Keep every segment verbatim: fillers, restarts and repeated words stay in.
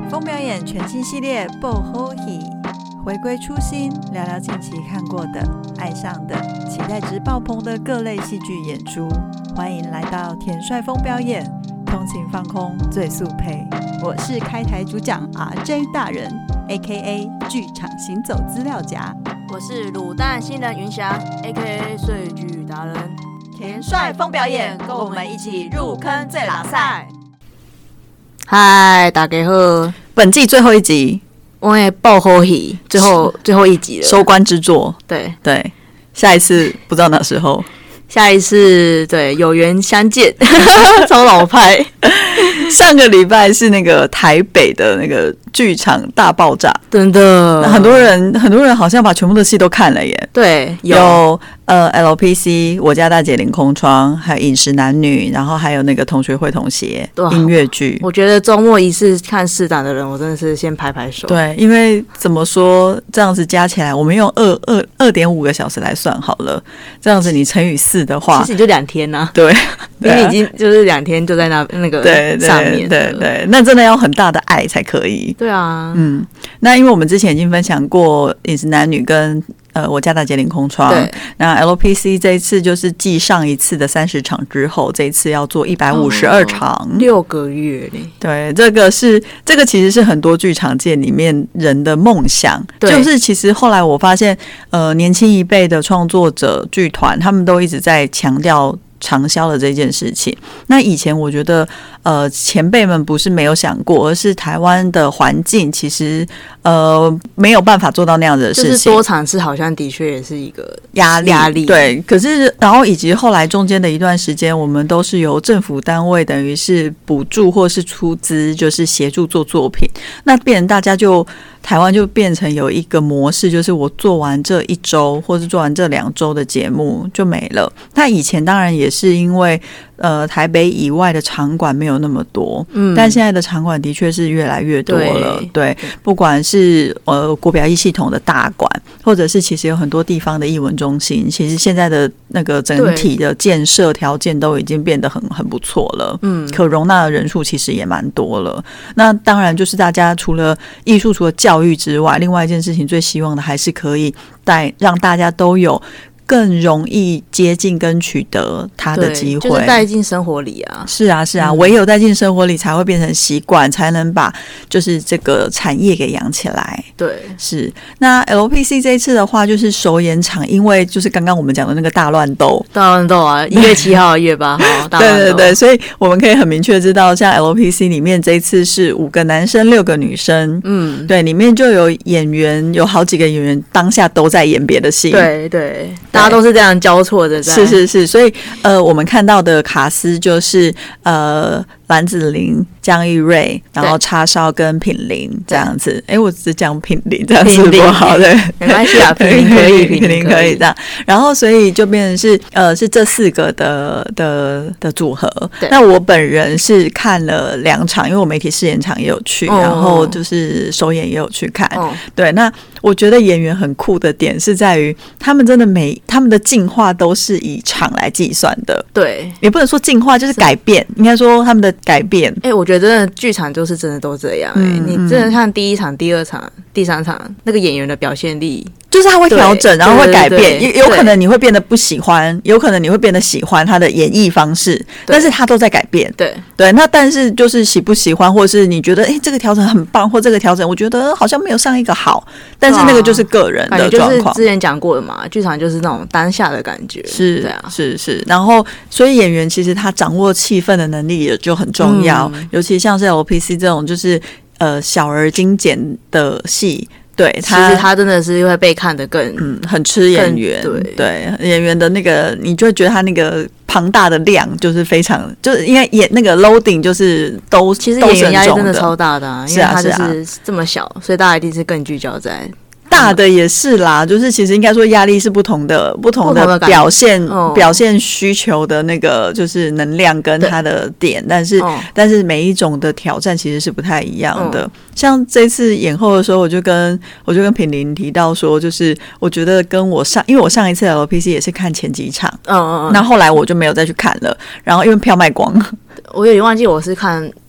风表演全新系列爆好戏，回归初心，聊聊近期看过的、爱上的、期待值爆棚的各类戏剧演出。欢迎来到田帅风表演，通勤放空最速配。我是开台主讲 R J 大人 A K A 剧场行走资料夹。 我是卤蛋新人云翔 A K A 水剧达人。 田帅风表演，跟我们一起入坑最拉赛。 嗨，大家好， 本季最后一集， 我也爆好戏，最后最后一集了， 收官之作。 对对，下一次不知道哪时候。 下一次对有缘相见，超老派。 上个礼拜是那个台北的那个剧场大爆炸， 真的， 很多人很多人好像把全部的戏都看了耶。 对，有, 有呃 L P C 我家大姐凌空窗，还有饮食男女，然后还有那个同学会同协音乐剧。 我觉得周末一次看四档的人，我真的是先拍拍手。 对，因为怎么说，这样子加起来，我们用二二二点五个小时来算好了，这样子你乘以四的话， 其实你就两天呐、啊。 对， 因为你已经就是两天就在那那个上面。 对 对, 对, 对，那真的要很大的爱才可以。 对啊， 嗯，那因为我们之前已经分享过饮食男女跟呃我家大姐凌空窗，对，那 L P C 这一次就是继上一次的三十场之后，这一次要做一百五十二场，哦、 六个月嘞。 对，这个是这个其实是很多剧场界里面人的梦想，就是其实后来我发现，呃，年轻一辈的创作者剧团，他们都一直在强调长销的这件事情。那以前我觉得呃前辈们不是没有想过，而是台湾的环境其实呃没有办法做到那样子的事情， 就是多场次好像的确也是一个压力压力。对，可是然后以及后来中间的一段时间，我们都是由政府单位等于是补助或是出资，就是协助做作品，那变成大家就台湾就变成有一个模式，就是我做完这一周或是做完这两周的节目就没了。那以前当然也是因为呃台北以外的场馆没有那么多，嗯，但现在的场馆的确是越来越多了。对，对，不管是呃国表艺系统的大馆，或者是其实有很多地方的艺文中心，其实现在的那个整体的建设条件都已经变得很很不错了，嗯，可容纳的人数其实也蛮多了。那当然就是大家除了艺术除了教育之外，另外一件事情最希望的还是可以带让大家都有更容易接近跟取得它的机会， 就是带进生活里啊。 是啊是啊、嗯、唯有带进生活里才会变成习惯，才能把就是这个产业给养起来。 对， 是。那 L P C 这一次的话就是首演场，因为就是刚刚我们讲的那个大乱斗大乱斗啊，一月七号一月八号大乱斗。 对对对，所以我们可以很明确知道，像 L P C 里面这一次是五个男生六个女生，嗯，对，里面就有演员，有好几个演员当下都在演别的戏。 对对，大家都是这样交错的在。 是是是，所以呃，我们看到的卡司就是呃蓝子玲、江一瑞，然后叉烧跟品玲这样子。哎，我只讲品玲这样子不好，对， 没关系啊，品玲可以， 品玲可以这样。然后所以就变成是呃是这四个的的的组合。那我本人是看了两场，因为我媒体试演场也有去，哦、然后就是首演也有去看。哦、对，那我觉得演员很酷的点是在于，他们真的每他们的进化都是以场来计算的。 对， 也不能说进化，就是改变，应该说他们的改变。 哎、欸，我觉得真的剧场就是真的都这样、欸。哎、嗯，你真的看第一场、第二场、第三场那个演员的表现力。 就是他会调整，然后会改变，有有可能你会变得不喜欢，有可能你会变得喜欢他的演绎方式，但是他都在改变。 对对，那但是就是喜不喜欢，或是你觉得哎、欸、这个调整很棒，或这个调整我觉得好像没有上一个好，但是那个就是个人的状况。 就是之前讲过的嘛，剧场就是那种当下的感觉。 是， 对啊， 是是。然后，所以演员其实他掌握气氛的能力也就很重要，嗯、尤其像是 L P C 这种就是呃小而精简的戏。对，他其实他真的是会被看得更嗯很吃演员，对对演员的那个，你就会觉得他那个庞大的量就是非常，就是因为演那个 loading 就是都其实演员压力真的超大的、啊，因为他就是这么小，所以大家一定是更聚焦在。 大的也是啦，就是其实应该说压力是不同的，不同的表现、哦、表现需求的那个就是能量跟它的点，但是、哦、但是每一种的挑战其实是不太一样的。哦、像这次演后的时候，我就跟我就跟品玲提到说，就是我觉得跟我上，因为我上一次 L P C 也是看前几场，嗯嗯嗯，那后来我就没有再去看了，然后因为票卖光， 我有点忘记我是看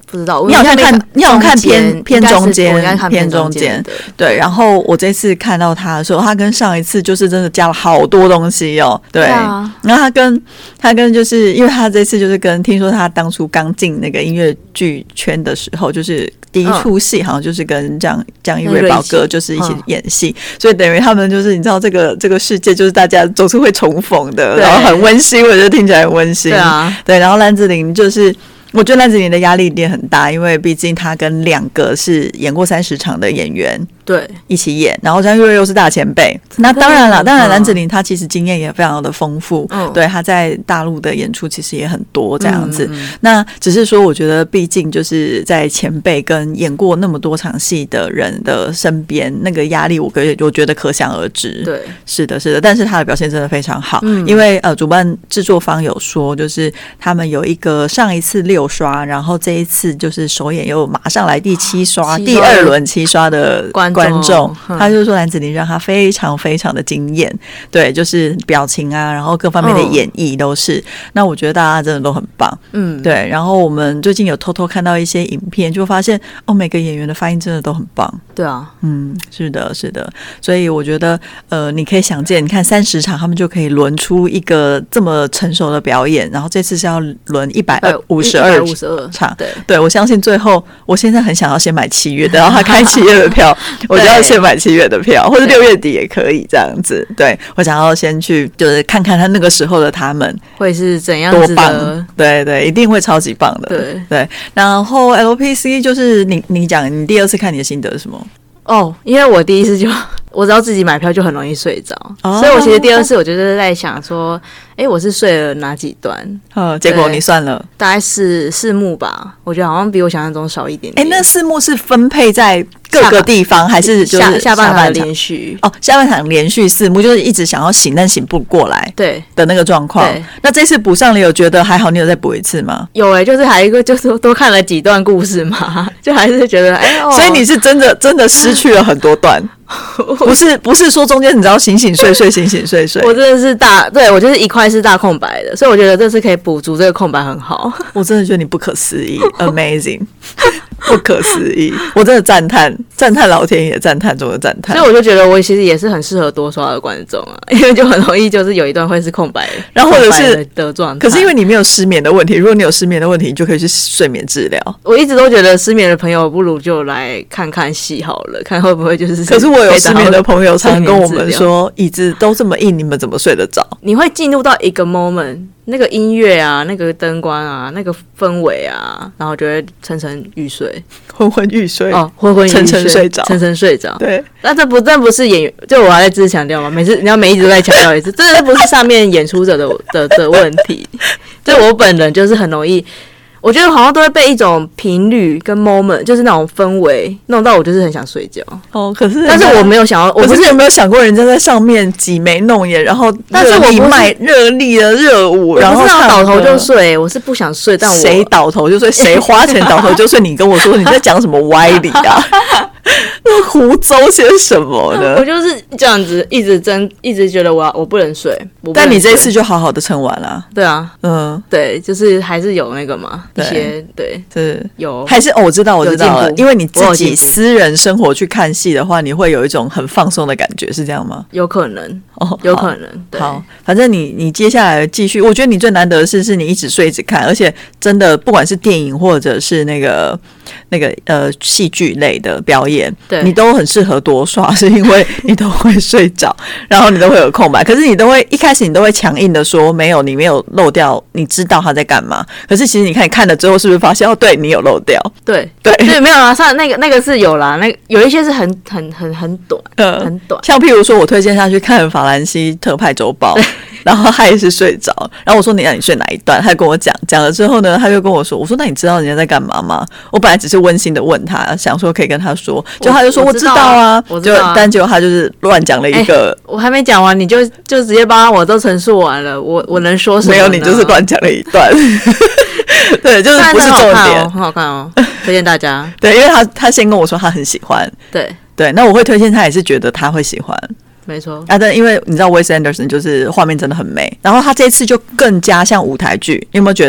不知道， 你好像看，你好像看偏偏中间， 偏中间， 对。 然后我这次看到他的时候，他跟上一次就是真的加了好多东西哦，对。对啊、然后他跟他跟就是因为他这次就是跟听说他当初刚进那个音乐剧圈的时候，就是第一出戏好像就是跟江江一瑞宝哥就是一起演戏，嗯、所以等于他们就是你知道这个这个世界就是大家总是会重逢的，然后很温馨，我觉得听起来很温馨。对啊，对。然后蓝子玲就是。我觉得蓝子玲的压力一定很大，因为毕竟她跟两个是演过三十场的演员对一起演，然后江一瑞又是大前辈，那当然了，当然蓝子玲她其实经验也非常的丰富，嗯、对她在大陆的演出其实也很多这样子。嗯嗯、那只是说，我觉得毕竟就是在前辈跟演过那么多场戏的人的身边，那个压力我可我觉得可想而知。对，是的，是的，但是她的表现真的非常好，嗯、因为呃，主办制作方有说，就是他们有一个上一次六。六刷，然后这一次就是首演又马上来第七刷，七刷第二轮七刷的观众，观众嗯、他就说蓝子玲让他非常非常的惊艳，对，就是表情啊，然后各方面的演绎都是。嗯、那我觉得大家真的都很棒，嗯，对。然后我们最近有偷偷看到一些影片，就发现哦，每个演员的发音真的都很棒，对啊，嗯，是的，是的。所以我觉得呃，你可以想见，你看三十场他们就可以轮出一个这么成熟的表演，然后这次是要轮一百五十二。五十二场，对对，我相信最后，我现在很想要先买七月的，然后他开七月的票，我就要先买七月的票，或者六月底也可以这样子。对，我想要先去，就是看看他那个时候的他们会是怎样子的，多棒，对对，一定会超级棒的，对对。然后 L P C 就是你你讲，你第二次看你的心得是什么？ 哦，因为我第一次就我知道自己买票就很容易睡着，哦、所以我其实第二次我就是在想说，哎，我是睡了哪几段？ 呃，结果你算了， 大概是四幕吧，我觉得好像比我想象中少一点点。 哎，那四幕是分配在各个地方，还是就是下下半场连续？ 哦，下半场连续四幕，就是一直想要醒但醒不过来，对的那个状况。那这次补上了，有觉得还好？你有再补一次吗？ 有哎、欸，就是还有一个就是多看了几段故事嘛，就还是觉得哎、哦， 所以你是真的真的失去了很多段。不是不是说中间你知道醒醒睡睡醒醒睡睡， 我真的是大对我就是一块是大空白的，所以我觉得这次可以补足这个空白很好。 我真的觉得你不可思议 ，amazing， 不可思议，我真的赞叹赞叹老天爷，赞叹中的赞叹。 所以我就觉得我其实也是很适合多刷的观众啊，因为就很容易就是有一段会是空白， 然后或者是的状态。 可是因为你没有失眠的问题，如果你有失眠的问题，你就可以去睡眠治疗。 我一直都觉得失眠的朋友不如就来看看戏好了，看会不会就是。 可是我有失眠的朋友常跟我们说，椅子都这么硬，你们怎么睡得着？ 你会进入到一个 moment， 那个音乐啊，那个灯光啊，那个氛围啊，然后就会沉沉欲睡， 昏昏欲睡哦，昏昏欲睡， 沉沉睡着， 沉沉睡着。 对， 但这不，但不是演员，就我还在自强调嘛，每次你要每一集都在强调一次，这不是上面演出者的的的问题，就我本人就是很容易。我觉得好像都会被一种频率跟 moment， 就是那种氛围弄到我就是很想睡觉。 哦，可是但是我没有想要，我不是有没有想过人家在上面挤眉弄眼，然后热力卖热力的热舞，然后倒头就睡。我是不想睡，但我谁倒头就睡，谁花钱倒头就睡？你跟我说你在讲什么歪理啊？那胡诌些什么呢？ 我就是这样子，一直真，一直觉得我要我不能睡。 不能睡但你这一次就好好的撑完了。 对啊，嗯，对，就是还是有那个嘛，一些对， 是有还是、哦、我知道，我知道了，因为你自己私人生活去看戏的话，你会有一种很放松的感觉，是这样吗？ 有可能，哦，有可能。对好，反正你你接下来继续，我觉得你最难得的是，是你一直睡一直看，而且真的不管是电影或者是那个那个呃戏剧类的表演。你都很适合多刷，是因为你都会睡着，然后你都会有空白。可是你都会一开始你都会强硬的说没有，你没有漏掉，你知道他在干嘛。可是其实你看你看了之后，是不是发现哦，对你有漏掉？ 对对对，没有啦，上那个那个是有啦，那个有一些是很很很很短，呃，很短。 像譬如说我推荐他去看法兰西特派周报，然后他也是睡着，然后我说你让你睡哪一段，他就跟我讲，讲了之后呢，他就跟我说，我说那你知道人家在干嘛吗？我本来只是温馨的问他，想说可以跟他说，就他就说我知道啊，我知道啊，就但结果他就是乱讲了一个、欸， 我还没讲完，你就就直接把我都陈述完了，我我能说什么呢？ 没有，你就是乱讲了一段。对，就是不是重点， 很好看哦，推荐大家。 对，因为他他先跟我说他很喜欢，对对，那我会推荐他也是觉得他会喜欢。 没错啊，但因为你知道 Wes Anderson 就是画面真的很美，然后他这次就更加像舞台剧，你有没有觉得？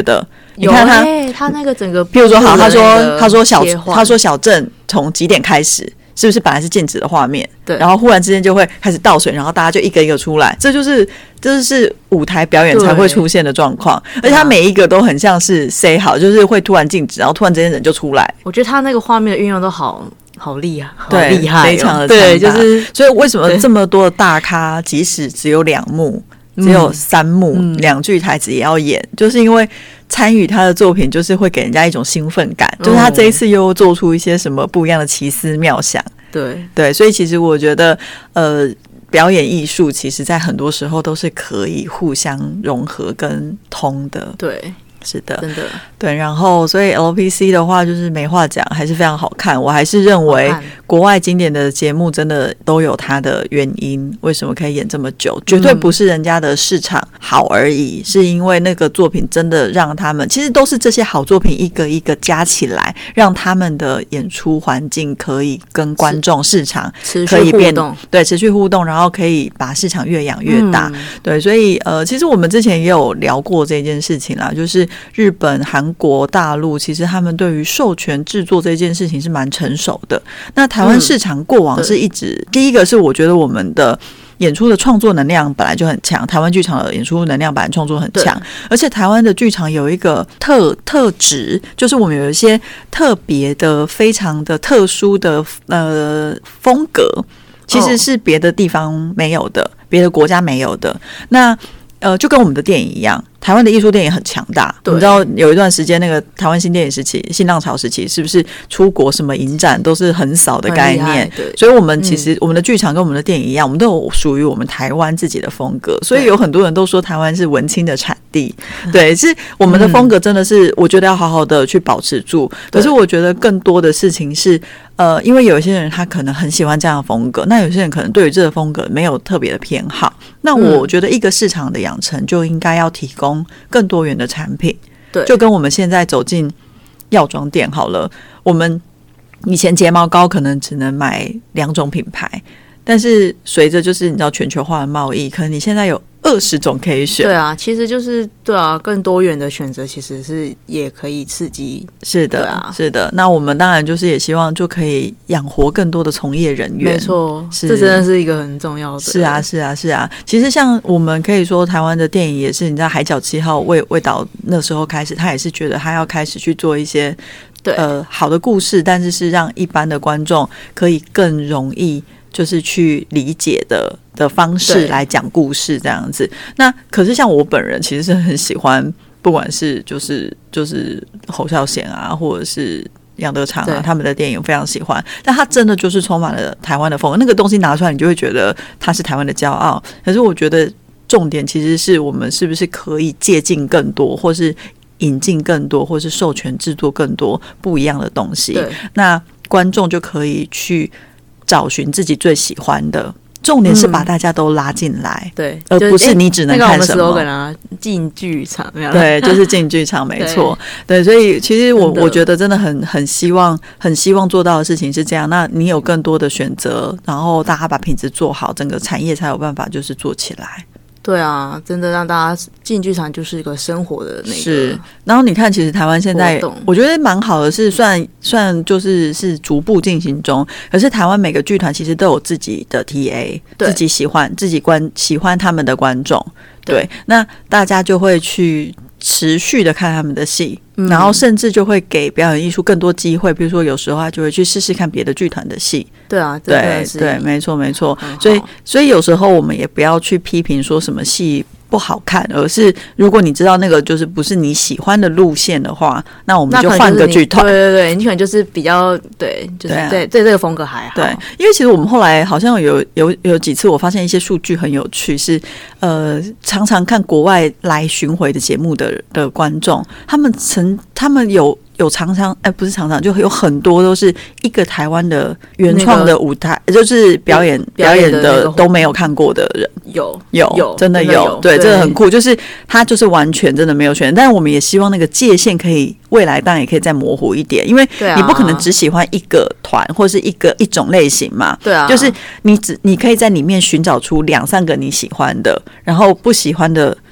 你看他， 欸、他那个整个， 譬如说好，他说他说小他说小镇从几点开始，是不是本来是静止的画面？ 对， 然后忽然之间就会开始倒水，然后大家就一个一个出来，这就是这就是舞台表演才会出现的状况。而且他每一个都很像是 say 好，就是会突然静止，然后突然之间人就出来。 我觉得他那个画面的运用都好。好厉害，好对， 厉害、哦， 非常的对，就是所以为什么这么多的大咖，即使只有两幕、只有三幕、嗯、两句台词也要演，就是因为参与他的作品，就是会给人家一种兴奋感，嗯、就是他这一次又做出一些什么不一样的奇思妙想。 对对，所以其实我觉得，呃，表演艺术其实在很多时候都是可以互相融合跟通的。 对。 是的， 真的对，然后所以 L P C 的话就是没话讲，还是非常好看。我还是认为国外经典的节目真的都有它的原因，为什么可以演这么久，绝对不是人家的市场好而已，嗯、是因为那个作品真的让他们，其实都是这些好作品一个一个加起来，让他们的演出环境可以跟观众市场可以变动，对，持续互动，然后可以把市场越养越大。嗯、对，所以呃，其实我们之前也有聊过这件事情啦，就是日本、韩国、大陆，其实他们对于授权制作这件事情是蛮成熟的。那台湾市场过往是一直，嗯、第一个是我觉得我们的演出的创作能量本来就很强，台湾剧场的演出能量本来创作很强，而且台湾的剧场有一个特特质，就是我们有一些特别的、非常的特殊的呃风格，其实是别的地方没有的，别的国家没有的。那呃，就跟我们的电影一样，台湾的艺术电影很强大。你知道有一段时间那个台湾新电影时期、新浪潮时期，是不是出国什么影展都是很少的概念？所以我们其实、嗯、我们的剧场跟我们的电影一样，我们都有属于我们台湾自己的风格。所以有很多人都说台湾是文青的产地，对，是我们的风格真的是我觉得要好好的去保持住。可是我觉得更多的事情是。呃，因为有一些人他可能很喜欢这样的风格，那有些人可能对于这个风格没有特别的偏好。那我觉得一个市场的养成就应该要提供更多元的产品，对，就跟我们现在走进药妆店好了，我们以前睫毛膏可能只能买两种品牌，但是随着就是你知道全球化的贸易，可能你现在有二十种可以选。 对啊，其实就是对啊，更多元的选择其实是也可以刺激。 是的，啊、是的。那我们当然就是也希望就可以养活更多的从业人员。 没错，这真的是一个很重要的。 是啊，是啊，是啊。其实像我们可以说台湾的电影也是，你知道《海角七号》魏魏导那时候开始，他也是觉得他要开始去做一些对呃好的故事，但是是让一般的观众可以更容易。就是去理解的的方式来讲故事这样子。那可是像我本人其实是很喜欢，不管是就是就是侯孝贤啊，或者是杨德昌啊，他们的电影非常喜欢。但他真的就是充满了台湾的风格，那个东西拿出来，你就会觉得他是台湾的骄傲。可是我觉得重点其实是我们是不是可以借鉴更多，或是引进更多，或是授权制作更多不一样的东西。那观众就可以去。找寻自己最喜欢的，重点是把大家都拉进来，嗯、对，而不是你只能看什么。那个我们 slogan 啊，进剧场，对，就是进剧场，没错，对，所以其实我我觉得真的很很希望，很希望做到的事情是这样。那你有更多的选择，然后大家把品质做好，整个产业才有办法就是做起来。 对啊，真的让大家进剧场就是一个生活的那个。 是，然后你看，其实台湾现在我觉得蛮好的是，算算就是是逐步进行中。可是台湾每个剧团其实都有自己的 T A， 自己喜欢自己观喜欢他们的观众，对，那大家就会去持续的看他们的戏。然后甚至就会给表演艺术更多机会，比如说有时候他就会去试试看别的剧团的戏。 对啊， 对对，没错没错。所以所以有时候我们也不要去批评说什么戏不好看，而是如果你知道那个就是不是你喜欢的路线的话，那我们就换个剧团。 对对对，你可能就是比较对，就是对、啊、对, 对这个风格还好。 对，因为其实我们后来好像有有有几次，我发现一些数据很有趣，是呃常常看国外来巡回的节目的的观众，他们曾他们有。有常常哎、欸，不是常常，就有很多都是一个台湾的原创的舞台，那个、就是表演表演的都没有看过的人， 有有有真的有，有对，这个很酷，就是他就是完全真的没有选，但是我们也希望那个界限可以未来当然也可以再模糊一点，因为你不可能只喜欢一个团或是一个一种类型嘛， 对啊， 就是你只你可以在里面寻找出两三个你喜欢的，然后不喜欢的。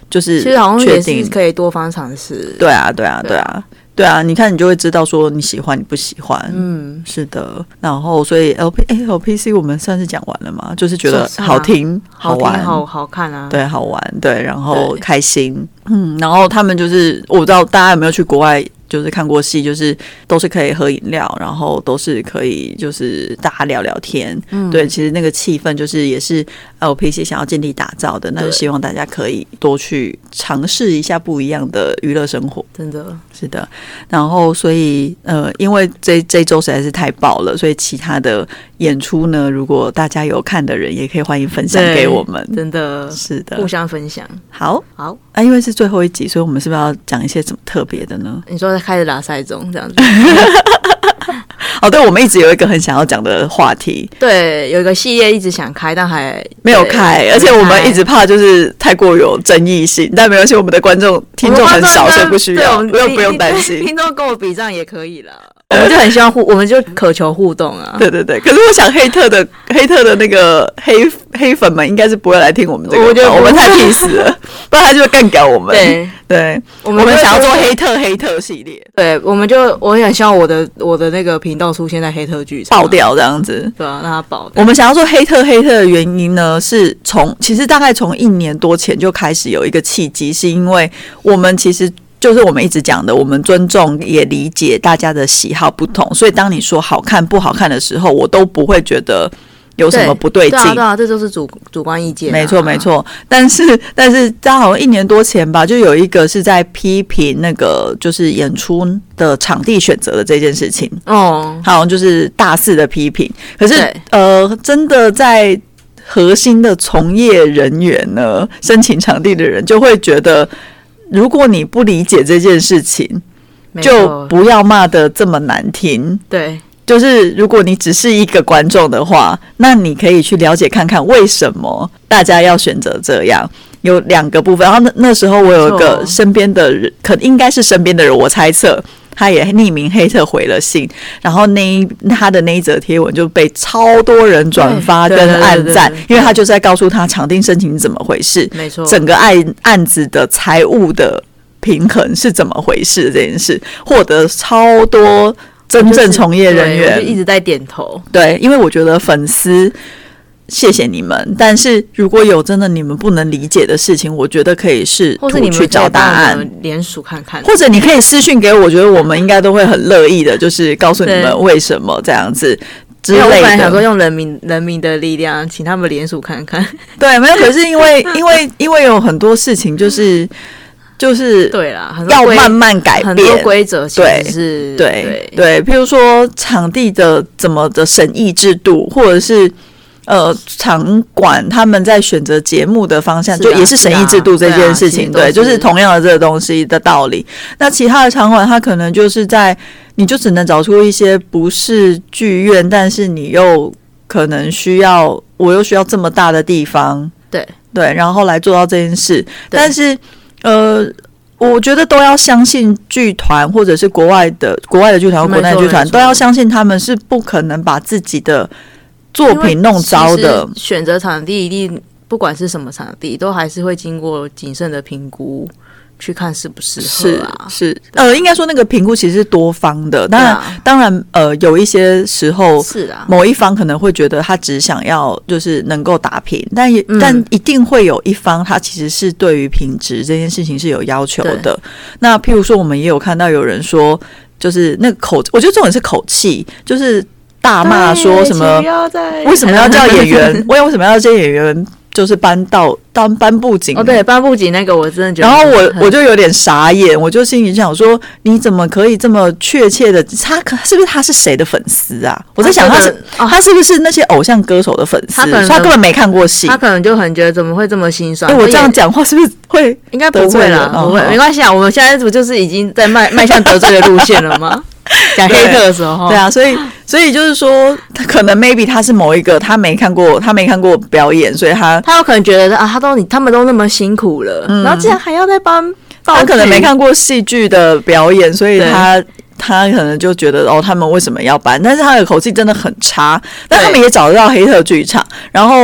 就是其实好像也确定是可以多方尝试。 对啊，对啊，对啊。对啊，你看你就会知道说你喜欢你不喜欢， 嗯， 是的。然后所以 L P 哎 L P C 我们算是讲完了嘛，就是觉得好听、 好玩、 好好看啊， 对，好玩，对，然后开心，嗯，然后他们就是我不知道大家有没有去国外。就是看过戏，就是都是可以喝饮料，然后都是可以就是大家聊聊天，嗯，对，其实那个气氛就是也是 L P C 想要尽力打造的，那就希望大家可以多去尝试一下不一样的娱乐生活， 真的是的。然后所以呃，因为这这周实在是太爆了，所以其他的演出呢，如果大家有看的人，也可以欢迎分享给我们， 真的是的，互相分享。 好， 好啊，因为是最后一集，所以我们是不是要讲一些什么特别的呢？ 你说开始拉赛中这样子。 哦，对，我们一直有一个很想要讲的话题， 对，有一个系列一直想开，但还没有开，而且我们一直怕就是太过有争议性，但没关系，我们的观众听众很少，所以不需要，不用不用担心， 听众跟我比战也可以啦。我们就很希望互，我们就渴求互动啊。 对对对，可是我想黑特的黑特的那个黑黑粉们应该是不会来听我们这个，我觉得我们太 peace 了，不然他就会干掉我们。对对，我们, 我们想要做黑特黑特系列， 对，我们就我很希望我的我的那个频道出现在黑特剧场， 爆掉这样子， 对啊，让它爆。 我们想要做黑特黑特的原因呢，是从其实大概从一年多前就开始有一个契机，是因为我们其实。就是我们一直讲的，我们尊重也理解大家的喜好不同，所以当你说好看不好看的时候，我都不会觉得有什么不对劲。 对啊，对啊，这就是主主观意见、啊。 没错，没错。但是，但是，大家好像一年多前吧，就有一个是在批评那个就是演出的场地选择的这件事情。哦，好像就是大肆的批评。可是，呃，真的在核心的从业人员呢，申请场地的人就会觉得。如果你不理解这件事情，就不要骂得这么难听。 对， 就是如果你只是一个观众的话，那你可以去了解看看为什么大家要选择这样。有两个部分，然后 那, 那时候我有一个身边的人，可应该是身边的人，我猜测。他也匿名黑特回了信，然后那一他的那一则贴文就被超多人转发跟按赞，因为他就在告诉他场地申请是怎么回事， 没错， 整个案案子的财务的平衡是怎么回事这件事，获得超多真正从业人员， 我就一直在点头。 对，因为我觉得粉丝。谢谢你们，但是如果有真的你们不能理解的事情，我觉得可以试图去找答案， 联署看看， 或者你可以私讯给我，我觉得我们应该都会很乐意的，就是告诉你们为什么这样子之类的。 我本来想说用人民人民的力量，请他们联署看看。 对，没有，可是因为因为因为有很多事情就是就是对啦， 要慢慢改变， 很多规则其实是对对对，譬如说场地的怎么的审议制度，或者是。呃，场馆他们在选择节目的方向，就也是审议制度这件事情，对，对，就是同样的这个东西的道理。那其他的场馆，它可能就是在，你就只能找出一些不是剧院，但是你又可能需要，我又需要这么大的地方， 对对，然后来做到这件事。但是，呃。我觉得都要相信剧团，或者是国外的国外的剧团或国内的剧团，都要相信他们是不可能把自己的作品弄糟的。 选择场地一定不管是什么场地，都还是会经过谨慎的评估，去看适不适合啊。 是是，呃，应该说那个评估其实是多方的。当然，啊、当然，呃，有一些时候是啊， 某一方可能会觉得他只想要就是能够打平，但也、嗯、但一定会有一方他其实是对于品质这件事情是有要求的。那譬如说，我们也有看到有人说，就是那个口，我觉得重点是口气，就是大骂说什么为什么要叫演员，为为什么要叫演员？就是搬到当颁布景哦，对，颁布景那个我真的觉得， 然后我我就有点傻眼，我就心里想说，你怎么可以这么确切的？他可是不是他是谁的粉丝啊？我在想他是、哦、他是不是那些偶像歌手的粉丝？他可能他根本没看过戏， 他可能就很觉得怎么会这么心酸？ 哎，我这样讲话是不是会应该不会啦？不会，没关系啊。我们现在不就是已经在迈迈向得罪的路线了吗？讲黑客的时候， 对啊，所以所以就是说，可能 maybe 他是某一个他没看过，他没看过表演，所以他他有可能觉得啊，他都他们都那么辛苦了，嗯、然后竟然还要再帮， 他可能没看过戏剧的表演，所以他他可能就觉得哦，他们为什么要搬？但是他的口气真的很差，但他们也找得到黑特剧场，然后。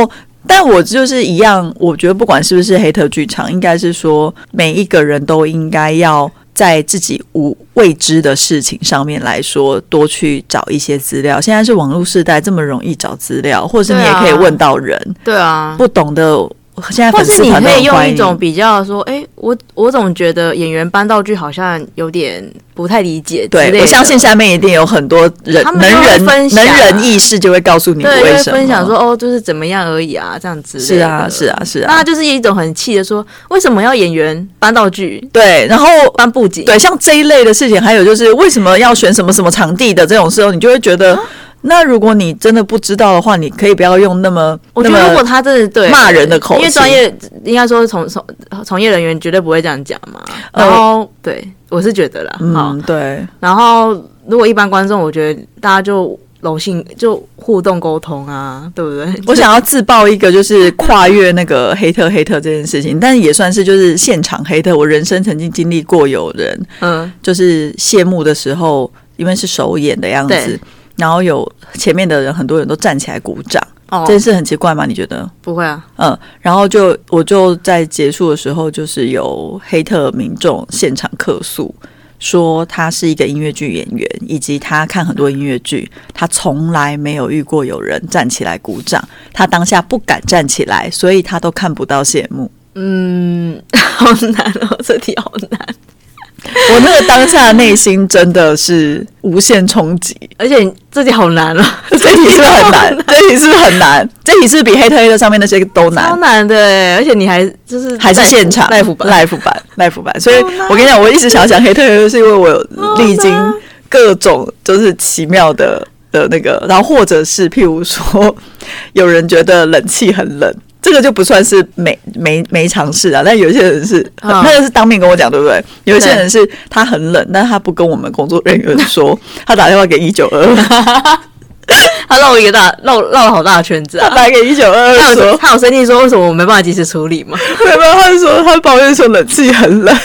但我就是一样，我觉得不管是不是黑特剧场，应该是说每一个人都应该要在自己无未知的事情上面来说，多去找一些资料。现在是网络时代，这么容易找资料，或者是你也可以问到人。对啊，不懂的。现在粉丝团都很欢迎， 或是你可以用一种比较说，哎、欸，我我总觉得演员搬道具好像有点不太理解之类的。 对，我相信下面一定有很多人能人能人意识就会告诉你为什么， 对，会分享说哦，就是怎么样而已啊，这样子。 是啊，是啊，是啊。 那就是一种很气的说，为什么要演员搬道具？ 对，然后搬布景， 对，像这一类的事情，还有就是为什么要选什么什么场地的这种时候，你就会觉得。啊那如果你真的不知道的话，你可以不要用那么我觉得如果他真的对骂人的口气， 因为专业应该说从从从业人员绝对不会这样讲嘛。然后、呃、对我是觉得啦， 嗯对。 然后如果一般观众，我觉得大家就柔性就互动沟通啊，对不对？ 我想要自爆一个就是跨越那个黑特黑特这件事情，但也算是就是现场黑特。我人生曾经经历过有人，嗯，就是谢幕的时候，因为是首演的样子。然后有前面的人，很多人都站起来鼓掌，哦、这件事很奇怪吗？你觉得？ 不会啊， 嗯，然后就我就在结束的时候，就是有黑特民众现场客诉，说他是一个音乐剧演员，以及他看很多音乐剧，他从来没有遇过有人站起来鼓掌，他当下不敢站起来，所以他都看不到谢幕。 嗯，好难哦，这题好难。 我那个当下内心真的是无限冲击， 而且这题好难哦， 这题是不是很难？这题是不是很难？这题是比黑特黑特上面那些都难， 超难的耶！而且你还就是还是现场 live 版 live 版 live 版，所以我跟你讲，我一直想讲黑特黑特，是因为我有历经各种就是奇妙的的那个，然后或者是譬如说，有人觉得冷气很冷。这个就不算是没没没尝试啊，但有些人是，那个是当面跟我讲，对不对？有些人是他很冷，但他不跟我们工作人员说，他打电话给一九二二， 他绕一个大绕绕了好大的圈子啊！ 他打给一九二二说， 他有生气说为什么我没办法及时处理吗？ 没有，他就说他抱怨说冷气很冷。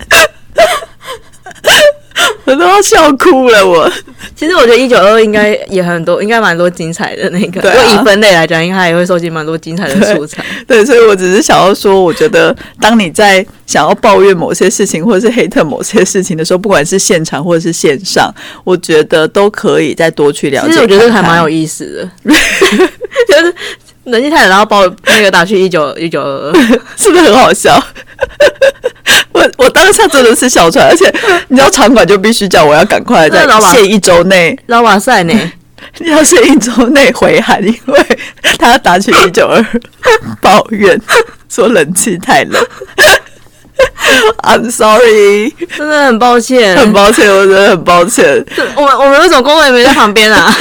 我都要笑哭了我。 其实我觉得一九二二应该也很多，应该蛮多精彩的那个。对、啊，如果以分类来讲，应该也会收集蛮多精彩的素材。 对，对，所以我只是想要说，我觉得当你在想要抱怨某些事情，或者是黑特某些事情的时候，不管是现场或者是线上，我觉得都可以再多去了解看看。 其实我觉得还蛮有意思的，就是冷气太冷，然后把我那个打去一九一九二二， 是不是很好笑？我我当下真的是笑出来，而且你知道场馆就必须叫我要赶快在限一周内， 老瓦塞呢， 要限一周内回函，因为他要打去一九二抱怨说冷气太冷。I'm sorry， 真的很抱歉， 很抱歉，我真的很抱歉。 我们我们为什么工作人员没在旁边啊？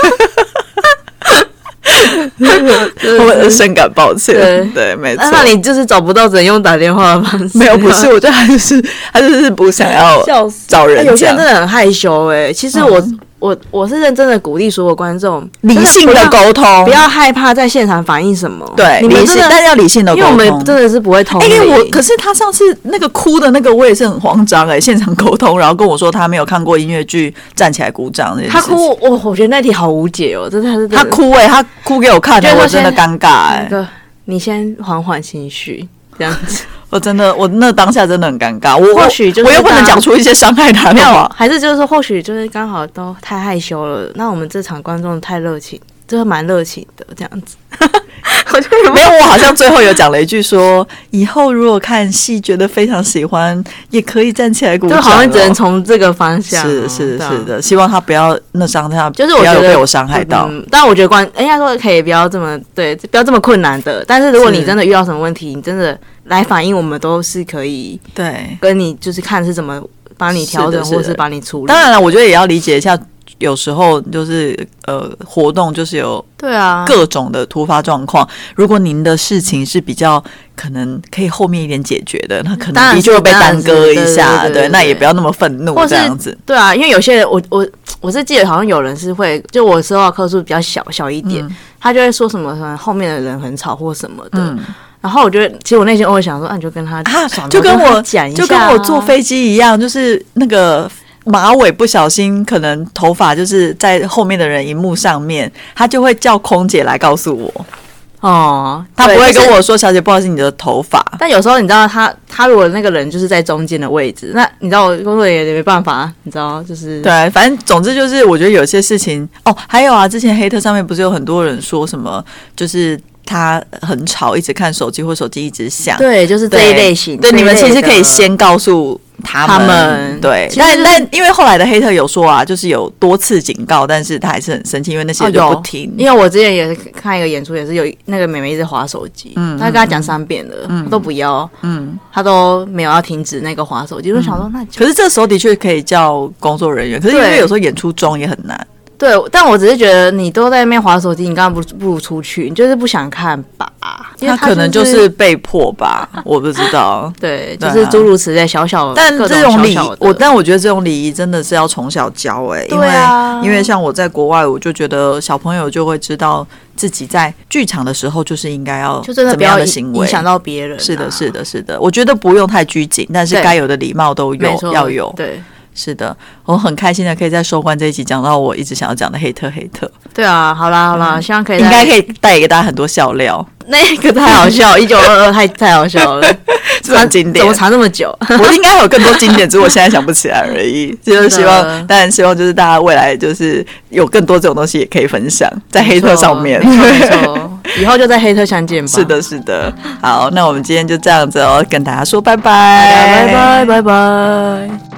我们深感抱歉，对，对没错。 那你就是找不到只能用打电话的方式？ 没有，不是，我觉得他就是他就是不想要找人、欸。 有些人真的很害羞哎、欸。其实我、嗯、我我是认真的鼓励所有观众理性的沟通， 不要害怕在现场反映什么。 对，你们真的，但要理性的沟通， 因为我们真的是不会通灵。 因为我可是他上次那个哭的那个，我也是很慌张哎、欸，现场沟通，然后跟我说他没有看过音乐剧站起来鼓掌这件事情。 他哭，我我觉得那题好无解哦，真的是他哭哎、欸，他哭给我看的，我真的尴尬哎、 欸。你先缓缓情绪，这样子。 我真的，我那当下真的很尴尬。我或许就是我又不能讲出一些伤害他的话， 还是就是说，或许就是刚好都太害羞了。那我们这场观众太热情，就是蛮热情的这样子。 我觉得没有，我好像最后有讲了一句说，以后如果看戏觉得非常喜欢，也可以站起来鼓掌、哦。 就好像只能从这个方向、哦。 是是是的，希望他不要那伤他， 就是我觉得不要被我伤害到。 嗯、但我觉得关应该说可以不要这么对，不要这么困难的。但是如果你真的遇到什么问题，你真的来反映，我们都是可以对跟你就是看是怎么帮你调整，或是帮你处理。 当然了，我觉得也要理解一下。有时候就是呃活动就是有对啊各种的突发状况，如果您的事情是比较可能可以后面一点解决的，那可能的确会被耽搁一下， 对, 对, 对, 对，那也不要那么愤怒这样子。 对啊，因为有些人我我我是记得好像有人是会，就我收到客数比较小小一点、嗯，他就会说什么什么后面的人很吵或什么的。嗯，然后我觉得，其实我内心偶尔想说，啊，你就跟他啊， 就跟我讲一下、啊， 就跟我坐飞机一样，就是那个马尾不小心，可能头发就是在后面的人荧幕上面，他就会叫空姐来告诉我。 哦， 他不会对就是跟我说：“小姐，不好意思，你的头发。” 但有时候你知道他，他如果那个人就是在中间的位置，那你知道我工作人员也没办法，你知道就是对，反正总之就是，我觉得有些事情哦，还有啊，之前黑特上面不是有很多人说什么，就是他很吵，一直看手机或手机一直响， 对，就是这一类型。 对， 这一类你们其实的可以先告诉他们， 他们对， 其实但但因为后来的黑特有说啊，就是有多次警告，但是他还是很生气，因为那些人就不听。 因为我之前也是看一个演出，也是有那个妹妹一直滑手机，嗯，他跟他讲三遍了，嗯，他都不要，嗯，他都没有要停止那个滑手机，我就想说那可是这时候的确可以叫工作人员，可是因为有时候演出中也很难。 对，但我只是觉得你都在那边滑手机，你刚刚不不如出去，你就是不想看吧？因为他可能就是被迫吧，我不知道。 对，就是诸如此类小小， 但这种礼仪，我但我觉得这种礼仪真的是要从小教哎、欸，因为、啊、因为像我在国外，我就觉得小朋友就会知道自己在剧场的时候就是应该要就真的怎么样的行为影响到别人、啊。 是的，是的，是的，我觉得不用太拘谨，但是该有的礼貌都有要有。 对。 是的，我很开心的可以在收官这一集讲到我一直想要讲的黑特黑特。 对啊，好啦好啦，嗯、希望可以应该可以带给大家很多笑料。 那个太好笑，一九二二太太好笑了， 是很经典。 怎么藏那么久？ 我应该有更多经典，只是我现在想不起来而已。就是希望，当然希望就是大家未来就是有更多这种东西也可以分享在黑特上面。 没错没错，以后就在黑特相见吧。 是的，是的。好，那我们今天就这样子哦，跟大家说拜拜， 拜拜拜拜。